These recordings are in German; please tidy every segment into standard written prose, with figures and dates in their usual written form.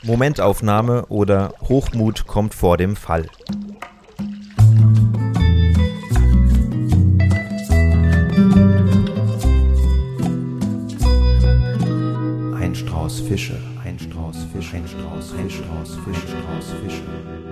Momentaufnahme oder Hochmut kommt vor dem Fall. Ein Strauß Fische, ein Strauß Fische, ein Strauß Fische, ein Strauß Fische.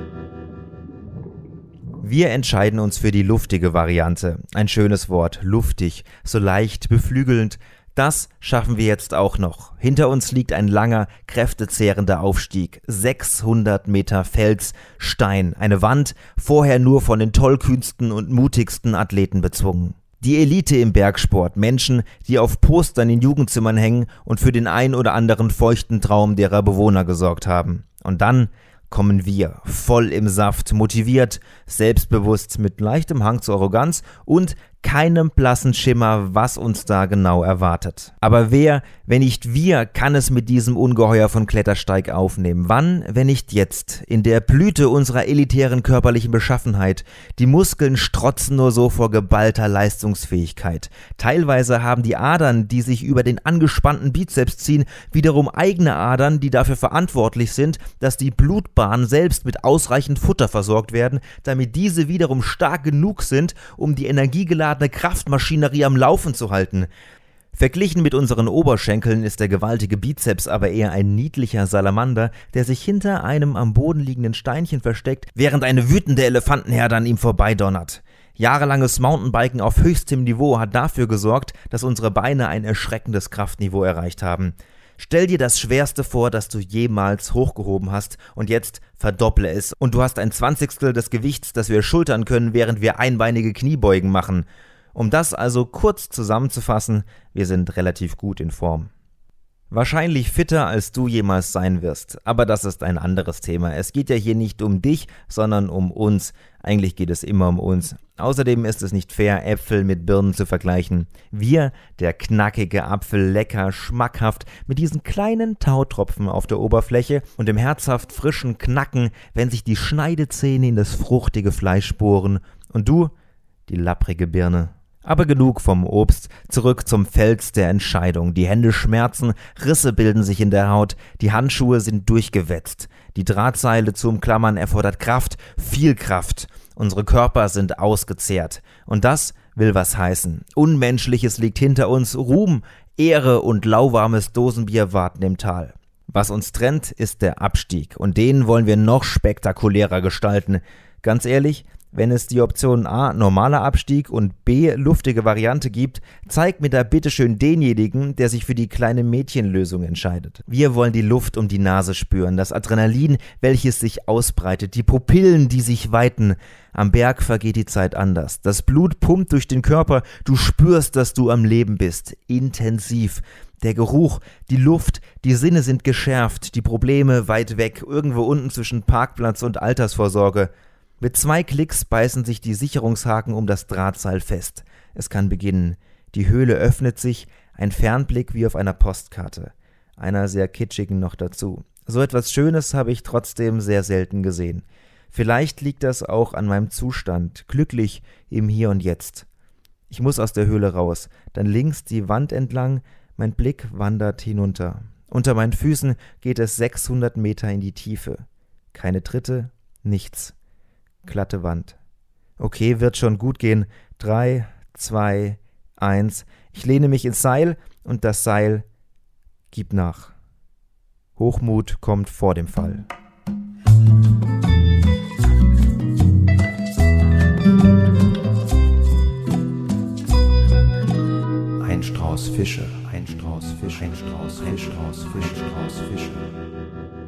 Wir entscheiden uns für die luftige Variante. Ein schönes Wort, luftig, so leicht beflügelnd. Das schaffen wir jetzt auch noch. Hinter uns liegt ein langer, kräftezehrender Aufstieg. 600 Meter Fels, Stein, eine Wand, vorher nur von den tollkühnsten und mutigsten Athleten bezwungen. Die Elite im Bergsport, Menschen, die auf Postern in Jugendzimmern hängen und für den ein oder anderen feuchten Traum derer Bewohner gesorgt haben. Und dann kommen wir, voll im Saft, motiviert, selbstbewusst, mit leichtem Hang zur Arroganz und keinem blassen Schimmer, was uns da genau erwartet. Aber wer, wenn nicht wir, kann es mit diesem Ungeheuer von Klettersteig aufnehmen? Wann, wenn nicht jetzt? In der Blüte unserer elitären körperlichen Beschaffenheit. Die Muskeln strotzen nur so vor geballter Leistungsfähigkeit. Teilweise haben die Adern, die sich über den angespannten Bizeps ziehen, wiederum eigene Adern, die dafür verantwortlich sind, dass die Blutbahnen selbst mit ausreichend Futter versorgt werden, damit diese wiederum stark genug sind, um die energiegeladene Kraftmaschinerie am Laufen zu halten. Verglichen mit unseren Oberschenkeln ist der gewaltige Bizeps aber eher ein niedlicher Salamander, der sich hinter einem am Boden liegenden Steinchen versteckt, während eine wütende Elefantenherde an ihm vorbeidonnert. Jahrelanges Mountainbiken auf höchstem Niveau hat dafür gesorgt, dass unsere Beine ein erschreckendes Kraftniveau erreicht haben. Stell dir das Schwerste vor, das du jemals hochgehoben hast und jetzt verdopple es und du hast ein 1/20 des Gewichts, das wir schultern können, während wir einbeinige Kniebeugen machen. Um das also kurz zusammenzufassen, wir sind relativ gut in Form. Wahrscheinlich fitter, als du jemals sein wirst, aber das ist ein anderes Thema. Es geht ja hier nicht um dich, sondern um uns. Eigentlich geht es immer um uns. Außerdem ist es nicht fair, Äpfel mit Birnen zu vergleichen. Wir, der knackige Apfel, lecker, schmackhaft, mit diesen kleinen Tautropfen auf der Oberfläche und dem herzhaft frischen Knacken, wenn sich die Schneidezähne in das fruchtige Fleisch bohren. Und du, die lapprige Birne. Aber genug vom Obst, zurück zum Fels der Entscheidung. Die Hände schmerzen, Risse bilden sich in der Haut, die Handschuhe sind durchgewetzt. Die Drahtseile zu umklammern erfordert Kraft, viel Kraft. Unsere Körper sind ausgezehrt. Und das will was heißen. Unmenschliches liegt hinter uns, Ruhm, Ehre und lauwarmes Dosenbier warten im Tal. Was uns trennt, ist der Abstieg. Und den wollen wir noch spektakulärer gestalten. Ganz ehrlich, wenn es die Option A, normaler Abstieg und B, luftige Variante gibt, zeig mir da bitteschön denjenigen, der sich für die kleine Mädchenlösung entscheidet. Wir wollen die Luft um die Nase spüren, das Adrenalin, welches sich ausbreitet, die Pupillen, die sich weiten. Am Berg vergeht die Zeit anders. Das Blut pumpt durch den Körper, du spürst, dass du am Leben bist. Intensiv. Der Geruch, die Luft, die Sinne sind geschärft, die Probleme weit weg, irgendwo unten zwischen Parkplatz und Altersvorsorge. Mit 2 Klicks beißen sich die Sicherungshaken um das Drahtseil fest. Es kann beginnen. Die Höhle öffnet sich, ein Fernblick wie auf einer Postkarte. Einer sehr kitschigen noch dazu. So etwas Schönes habe ich trotzdem sehr selten gesehen. Vielleicht liegt das auch an meinem Zustand, glücklich im Hier und Jetzt. Ich muss aus der Höhle raus, dann links die Wand entlang, mein Blick wandert hinunter. Unter meinen Füßen geht es 600 Meter in die Tiefe. Keine Tritte, nichts. Glatte Wand. Okay, wird schon gut gehen. 3, 2, 1. Ich lehne mich ins Seil und das Seil gibt nach. Hochmut kommt vor dem Fall. Ein Strauß Fische, ein Strauß Fische, ein Strauß Fische, ein Strauß Fische.